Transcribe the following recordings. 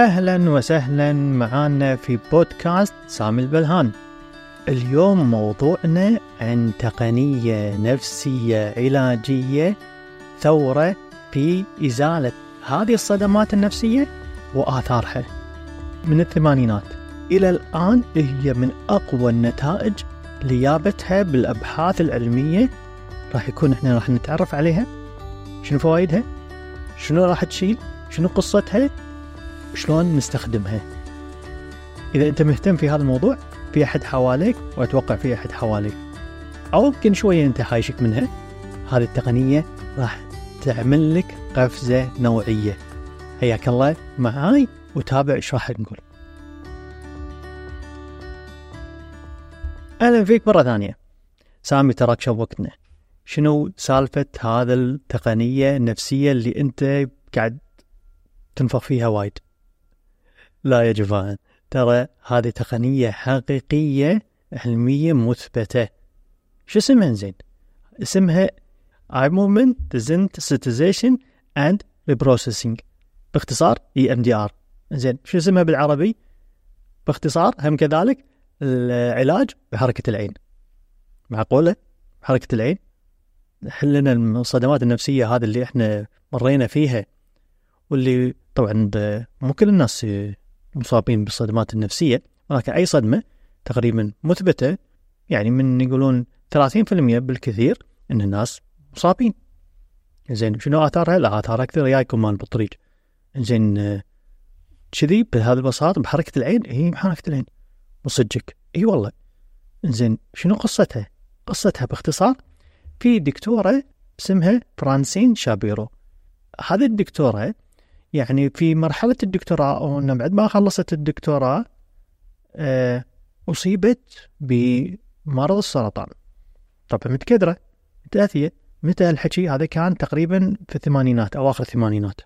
أهلا وسهلا معانا في بودكاست سامي البلهان. اليوم موضوعنا عن تقنية نفسية علاجية ثورة في إزالة هذه الصدمات النفسية وآثارها. من الثمانينات إلى الآن هي من أقوى النتائج اللي جابتها بالأبحاث العلمية. راح نتعرف عليها، شنو فوائدها، شنو راح تشيل، شنو قصتها، شلون نستخدمها. إذا أنت مهتم في هذا الموضوع، في أحد حواليك، وأتوقع في أحد حواليك أو يمكن شوية أنت حايشك منها، هذه التقنية راح تعمل لك قفزة نوعية. حياك الله معاي وتابع إيش راح نقول. أهلا فيك مرة ثانية. سامي تراك شوقتنا. شنو سالفة هذا التقنية النفسية اللي أنت قاعد تنفخ فيها وايد؟ لا يا جماعة، ترى هذه تقنية حقيقية علمية مثبتة. شو اسمها زين؟ اسمها Eye Movement Desensitization and Reprocessing، باختصار EMDR. زين، شو اسمها بالعربي؟ باختصار هم كذلك العلاج بحركة العين. معقولة؟ حركة العين حلنا الصدمات النفسية هذه اللي احنا مرينا فيها، واللي طبعا مو كل الناس مصابين بالصدمات النفسية، ولكن أي صدمة تقريبا مثبتة، يعني من يقولون 30% بالكثير إن الناس مصابين. زين، شنو آثارها؟ لا، آثار أكثر جايكم مان بالطريق. زين كذي بهذا البساطة بحركة العين. هي بحركة العين مصدقك؟ اي والله. زين، شنو قصتها؟ قصتها باختصار، في دكتورة اسمها فرانسين شابيرو. هذه الدكتورة يعني في مرحلة الدكتوراه، أو بعد ما خلصت الدكتوراه أصيبت بمرض السرطان. طبعا متكدرة متأثية. متى الحكي هذا؟ كان تقريبا في الثمانينات أو آخر الثمانينات.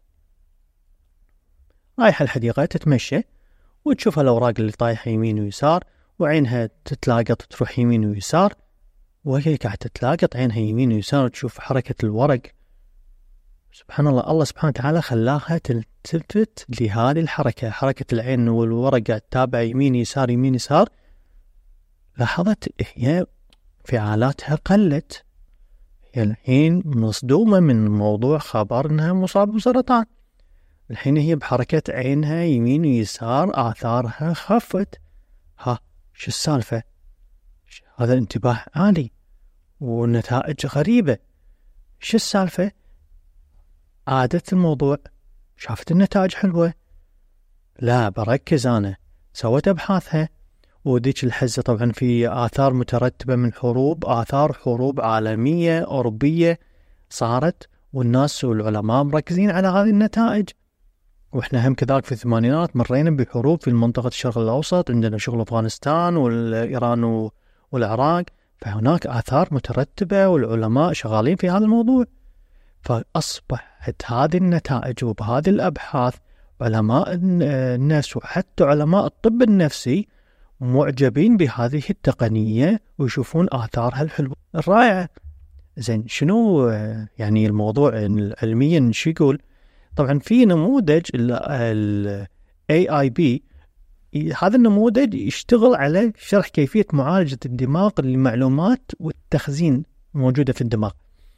رايحة الحديقة تتمشى وتشوف الأوراق اللي طايحة يمين ويسار، وعينها تتلاقط تروح يمين ويسار، وهي قاعدة تتلاقط عينها يمين ويسار وتشوف حركة الورق. سبحان الله، الله سبحانه وتعالى خلاها تلتفت لهذه الحركة، حركة العين والورق قاعد تتابع يمين يسار يمين يسار. لاحظت هي انفعالاتها قلت. هي الحين مصدومة من موضوع خبر انها مصابة بسرطان. الحين هي بحركة عينها يمين ويسار آثارها خفت. شو السالفة؟ هذا الانتباه عالي والنتائج غريبة. شو السالفة؟ عادت الموضوع، شافت النتائج حلوة، لا بركز أنا. سوت أبحاثها، وديك الحزة طبعا في آثار مترتبة من حروب، آثار حروب عالمية أوروبية صارت، والناس والعلماء مركزين على هذه النتائج. وإحنا هم كذلك في الثمانينات مرينا بحروب في منطقة الشرق الأوسط، عندنا شغل أفغانستان والإيران والعراق، فهناك آثار مترتبة والعلماء شغالين في هذا الموضوع. فأصبحت هذه النتائج وبهذه الأبحاث علماء النفس وحتى علماء الطب النفسي معجبين بهذه التقنية ويشوفون آثارها الحلوة الرائعة. زين، شنو يعني الموضوع علميا شو يقول؟ طبعا في نموذج ال AIB. هذا النموذج يشتغل على شرح كيفية معالجة الدماغ للمعلومات والتخزين الموجودة في الدماغ.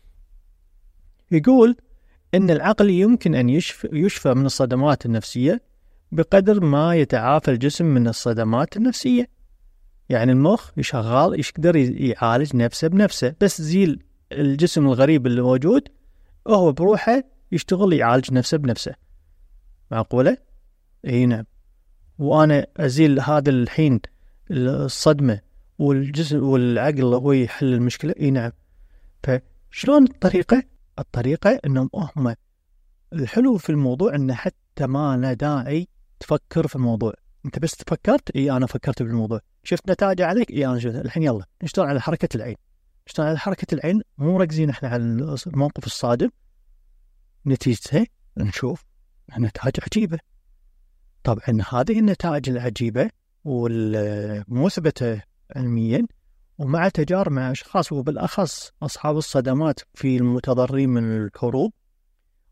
يقول إن العقل يمكن أن يشفى من الصدمات النفسية بقدر ما يتعافى الجسم من الصدمات النفسية. يعني المخ يشغل، يقدر يعالج نفسه بنفسه، بس زيل الجسم الغريب اللي موجود وهو بروحه يشتغل يعالج نفسه بنفسه. معقولة؟ اي نعم. وأنا أزيل هذا الحين الصدمة والجسم والعقل هو يحل المشكلة. اي نعم. فشلون الطريقة؟ الطريقة انهم هم الحلو في الموضوع ان حتى ما لا داعي تفكر في الموضوع. انت بس فكرت، انا فكرت بالموضوع، شفت نتائج عليك، انا شفت. الحين يلا نشتغل على حركة العين. نشتغل على حركة العين، مو مركزين احنا على الموقف الصادم، نتيجتها نشوف نتائج عجيبة. طبعا هذه النتائج العجيبة والمثبتة علميا ومع تجارب مع أشخاص وبالأخص أصحاب الصدمات في المتضررين من الحروب،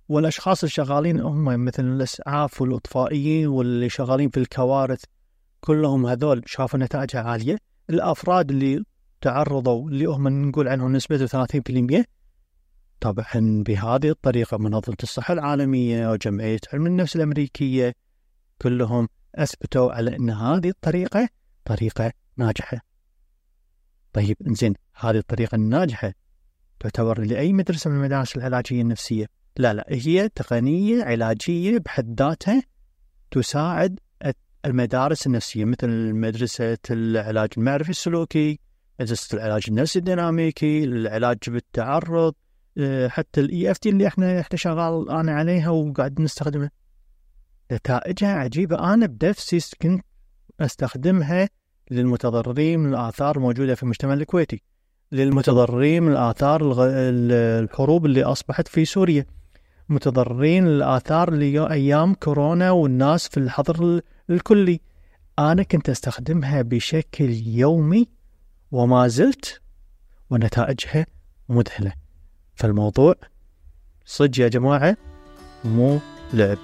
والأشخاص الشغالين هم مثل الإسعاف والإطفائيين واللي شغالين في الكوارث كلهم هذول شافوا نتائج عالية. الأفراد اللي تعرضوا اللي هم نقول عنهم نسبة 30%، طبعا بهذه الطريقة منظمة الصحة العالمية وجمعية علم النفس الأمريكية كلهم أثبتوا على أن هذه الطريقة طريقة ناجحة. طيب إنزين، هذه الطريقة الناجحة تعتبر لأي مدرسة من المدارس العلاجية النفسية؟ لا، هي تقنية علاجية بحد ذاتها تساعد المدارس النفسية، مثل مدرسة العلاج المعرفي السلوكي، مدرسة العلاج النفسي الديناميكي، العلاج بالتعرض، حتى EFT اللي احنا شغال أنا عليها وقاعد نستخدمها. نتائجها عجيبة. أنا بنفسي كنت أستخدمها للمتضررين من الآثار الموجودة في المجتمع الكويتي، للمتضررين من الآثار الحروب اللي أصبحت في سوريا، متضررين الآثار اللي أيام كورونا والناس في الحظر الكلي. أنا كنت أستخدمها بشكل يومي وما زلت، ونتائجها مذهلة. فالموضوع صدق يا جماعة مو لعب.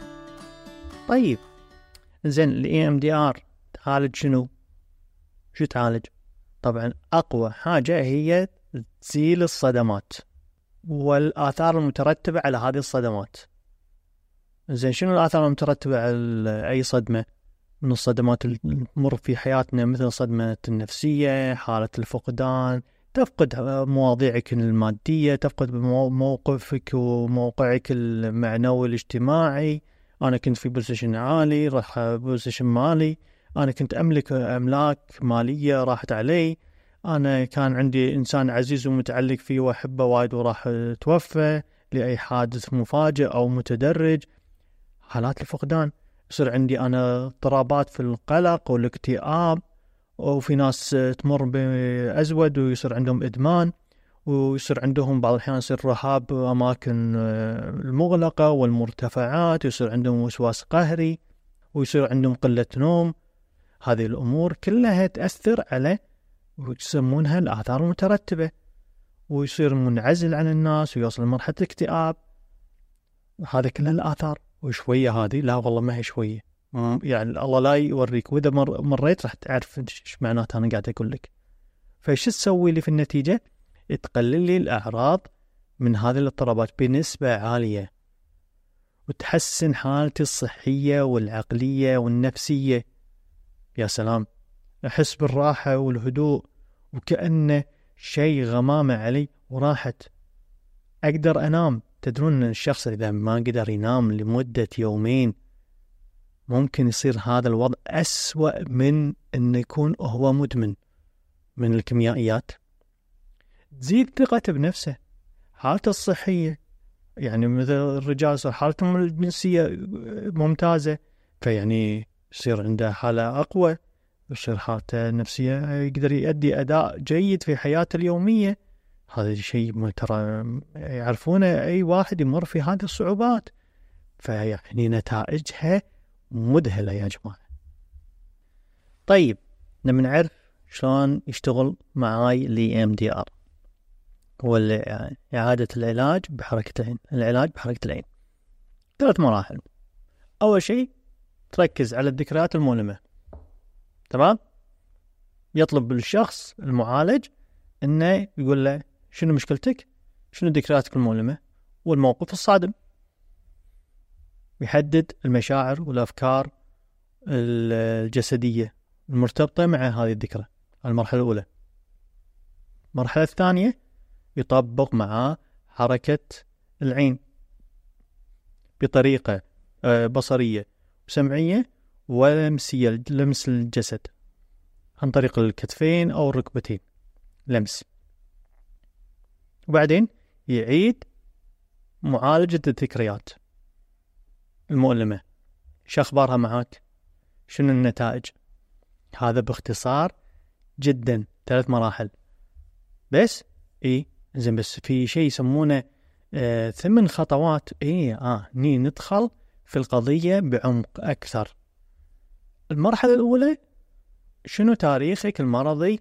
طيب زين، EMDR تعالج شنو تعالج؟ طبعا أقوى حاجة هي تزيل الصدمات والآثار المترتبة على هذه الصدمات. زين، شنو الآثار المترتبة على أي صدمة من الصدمات اللي تمر في حياتنا؟ مثل صدمة النفسية، حالة الفقدان، تفقد مواضيعك المادية، تفقد موقفك وموقعك المعنوي الاجتماعي. أنا كنت في بوزيشن عالي راح بوزيشن مالي، أنا كنت أملك أملاك مالية راحت علي، أنا كان عندي إنسان عزيز ومتعلق فيه وأحبه وايد وراح توفى لأي حادث مفاجئ أو متدرج. حالات الفقدان، يصير عندي أنا اضطرابات في القلق والاكتئاب، وفي ناس تمر بأزود ويصير عندهم إدمان، ويصير عندهم بعض الأحيان يصير رهاب أماكن المغلقة والمرتفعات، يصير عندهم وسواس قهري، ويصير عندهم قلة نوم. هذه الأمور كلها تأثر على ويسمونها الآثار المترتبة، ويصير منعزل عن الناس ويوصل لمرحلة الاكتئاب. هذا كلها الآثار. وشوية هذه لا والله ما هي شوية، يعني الله لا يوريك، وإذا مريت راح تعرف إيش معناته أنا قاعد أقول لك. فإيش تسوي لي في النتيجة؟ تقلل لي الأعراض من هذه الاضطرابات بنسبة عالية، وتحسن حالتي الصحية والعقلية والنفسية. يا سلام، أحس بالراحة والهدوء وكأنه شيء غمامة علي وراحت. أقدر أنام. تدرون أن الشخص إذا ما قدر ينام لمدة يومين ممكن يصير هذا الوضع أسوأ من أن يكون هو مدمن من الكيميائيات. تزيد ثقته بنفسه، حالته الصحية، يعني مثل الرجال صار حالتهم الجنسية ممتازة، فيعني يصير عنده حالة أقوى، يصير حالته النفسية يقدر يؤدي أداء جيد في حياته اليومية. هذا شيء ترى يعرفونه أي واحد يمر في هذه الصعوبات، فيعني نتائجها مذهلة يا جماعة. طيب نبي نعرف شلون يشتغل معاي EMDR، هو إعادة العلاج بحركتين. العلاج بحركة العين 3 مراحل. أول شيء تركز على الذكريات المؤلمة، تمام؟ يطلب الشخص المعالج إنه يقول له شنو مشكلتك، شنو ذكرياتك المؤلمة والموقف الصادم. يحدد المشاعر والأفكار الجسدية المرتبطة مع هذه الذكرى. المرحلة الأولى. المرحلة الثانية يطبق معاه حركة العين بطريقة بصرية وسمعية ولمسية، لمس الجسد عن طريق الكتفين أو الركبتين، لمس. وبعدين يعيد معالجة الذكريات المؤلمة. شو أخبارها معك؟ شنو النتائج؟ هذا باختصار جدا 3 مراحل بس. زين، بس في شيء يسمونه 8 خطوات. ندخل في القضية بعمق أكثر. المرحلة الأولى، شنو تاريخك المرضي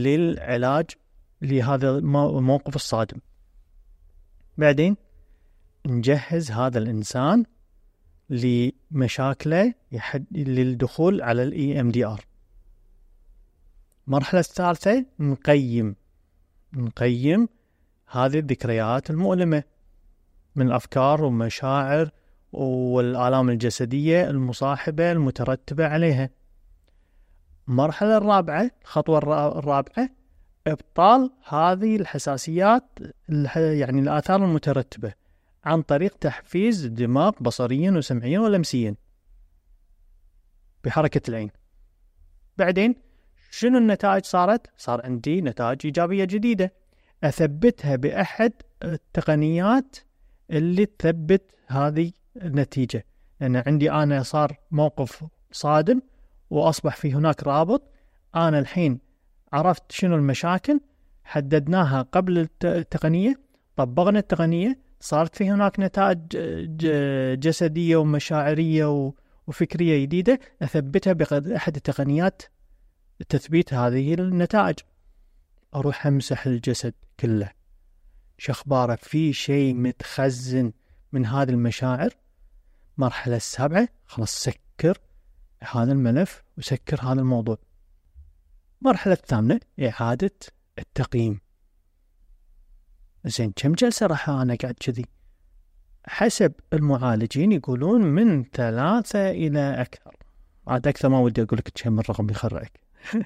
للعلاج لهذا الموقف الصادم. بعدين نجهز هذا الإنسان لمشاكله للدخول على ال EMDR. المرحلة الثالثة نقيم هذه الذكريات المؤلمة من الأفكار والمشاعر والآلام الجسدية المصاحبة المترتبة عليها. المرحلة الرابعة، الخطوة الرابعة، إبطال هذه الحساسيات يعني الآثار المترتبة عن طريق تحفيز الدماغ بصريا وسمعيا ولمسيا بحركة العين. بعدين شنو النتائج صار عندي نتائج إيجابية جديدة أثبتها بأحد التقنيات اللي تثبت هذه النتيجة، لأن عندي أنا صار موقف صادم وأصبح في هناك رابط. أنا الحين عرفت شنو المشاكل، حددناها قبل التقنية، طبقنا التقنية، صارت في هناك نتائج جسدية ومشاعرية وفكرية جديدة أثبتها بأحد التقنيات تثبيت هذه النتائج. أروح أمسح الجسد كله، شخباره في شيء متخزن من هذه المشاعر. مرحلة السابعة، خلاص سكر هذا الملف وسكر هذا الموضوع. مرحلة الثامنة، إعادة التقييم. زين كم جلسة راح أنا قاعد كذي؟ حسب المعالجين يقولون من 3 إلى أكثر. عاد أكثر ما ودي أقول لك كم الرقم يخرعك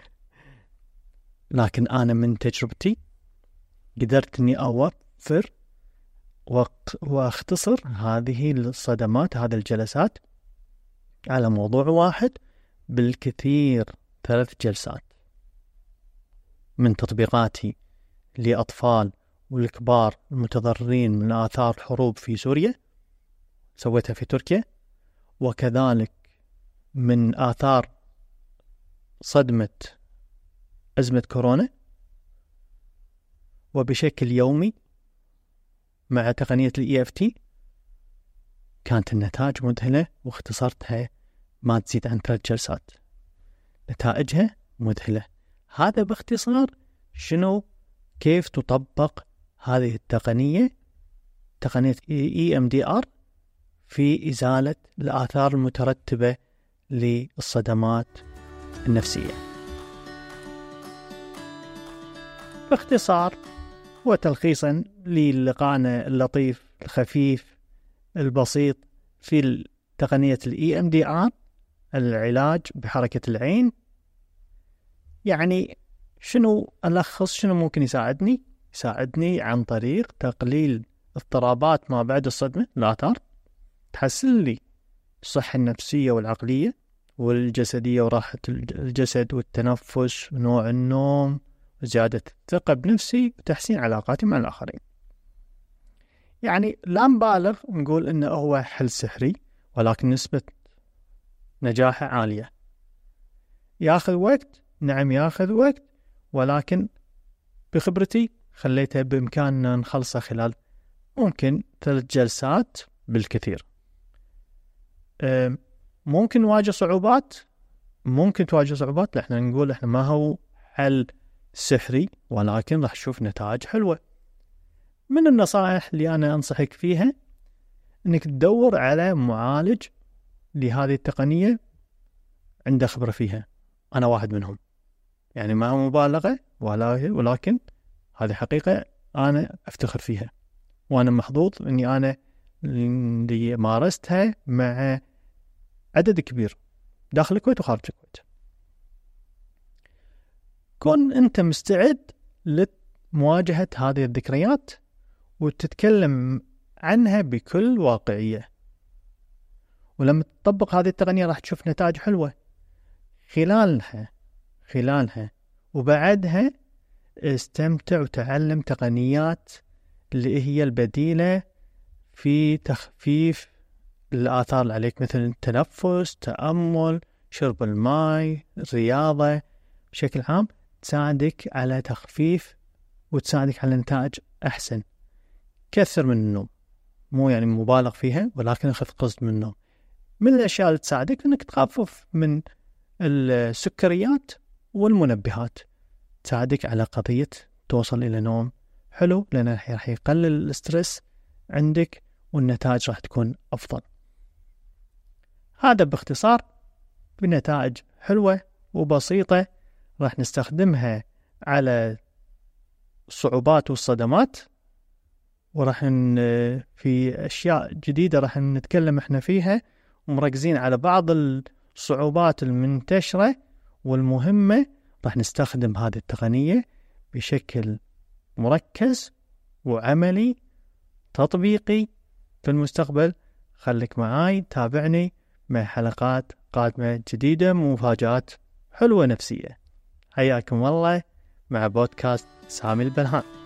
لكن أنا من تجربتي قدرت أني أوفر وأختصر هذه الصدمات، هذه الجلسات على موضوع واحد، بالكثير 3 جلسات من تطبيقاتي لأطفال والكبار المتضررين من آثار الحروب في سوريا، سويتها في تركيا، وكذلك من آثار صدمة أزمة كورونا، وبشكل يومي مع تقنية EFT. كانت النتائج مذهلة واختصرتها ما تزيد عن 3 جلسات، نتائجها مذهلة. هذا باختصار شنو كيف تطبق هذه التقنية، تقنية EMDR، في إزالة الآثار المترتبة للصدمات النفسية. باختصار وتلخيصا للقاءنا اللطيف الخفيف البسيط في تقنية EMDR، العلاج بحركة العين، يعني شنو ألخص شنو ممكن يساعدني عن طريق تقليل اضطرابات ما بعد الصدمة، الآثار، تحسن لي الصحة النفسية والعقلية والجسدية وراحة الجسد والتنفس ونوع النوم وزيادة الثقة بنفسي وتحسين علاقاتي مع الآخرين. يعني لا نبالغ نقول إنه هو حل سحري، ولكن نسبة نجاحه عالية. ياخذ وقت، نعم ياخذ وقت، ولكن بخبرتي خليته بإمكاننا نخلصه خلال ممكن 3 جلسات بالكثير. ممكن تواجه صعوبات، احنا نقول احنا ما هو حل سحري، ولكن راح نشوف نتائج حلوة. من النصائح اللي أنا أنصحك فيها أنك تدور على معالج لهذه التقنية عنده خبرة فيها. أنا واحد منهم، يعني ما هو مبالغة ولكن هذه حقيقة أنا أفتخر فيها، وأنا محظوظ أني أنا اللي مارستها مع عدد كبير داخل الكويت وخارج الكويت. كن أنت مستعد لمواجهة هذه الذكريات وتتكلم عنها بكل واقعية، ولما تطبق هذه التقنية راح تشوف نتائج حلوة خلالها. وبعدها استمتع وتعلم تقنيات اللي هي البديلة في تخفيف الآثار اللي عليك، مثل التنفس، تأمل، شرب الماء، الرياضة بشكل عام، تساعدك على تخفيف وتساعدك على نتائج أحسن. كثر من النوم، مو يعني مبالغ فيها، ولكن أخذ قسط من النوم. من الأشياء اللي تساعدك أنك تخفف من السكريات والمنبهات، تساعدك على قضية توصل إلى نوم حلو، لأنه راح يقلل الاسترس عندك والنتائج راح تكون أفضل. هذا باختصار بنتائج حلوة وبسيطة راح نستخدمها على الصعوبات والصدمات، وراح في أشياء جديدة راح نتكلم احنا فيها، ومركزين على بعض الصعوبات المنتشرة والمهمة. راح نستخدم هذه التقنية بشكل مركز وعملي تطبيقي في المستقبل. خليك معاي، تابعني مع حلقات قادمة جديدة، مفاجآت حلوة نفسية. حياكم الله مع بودكاست سامي البنهان.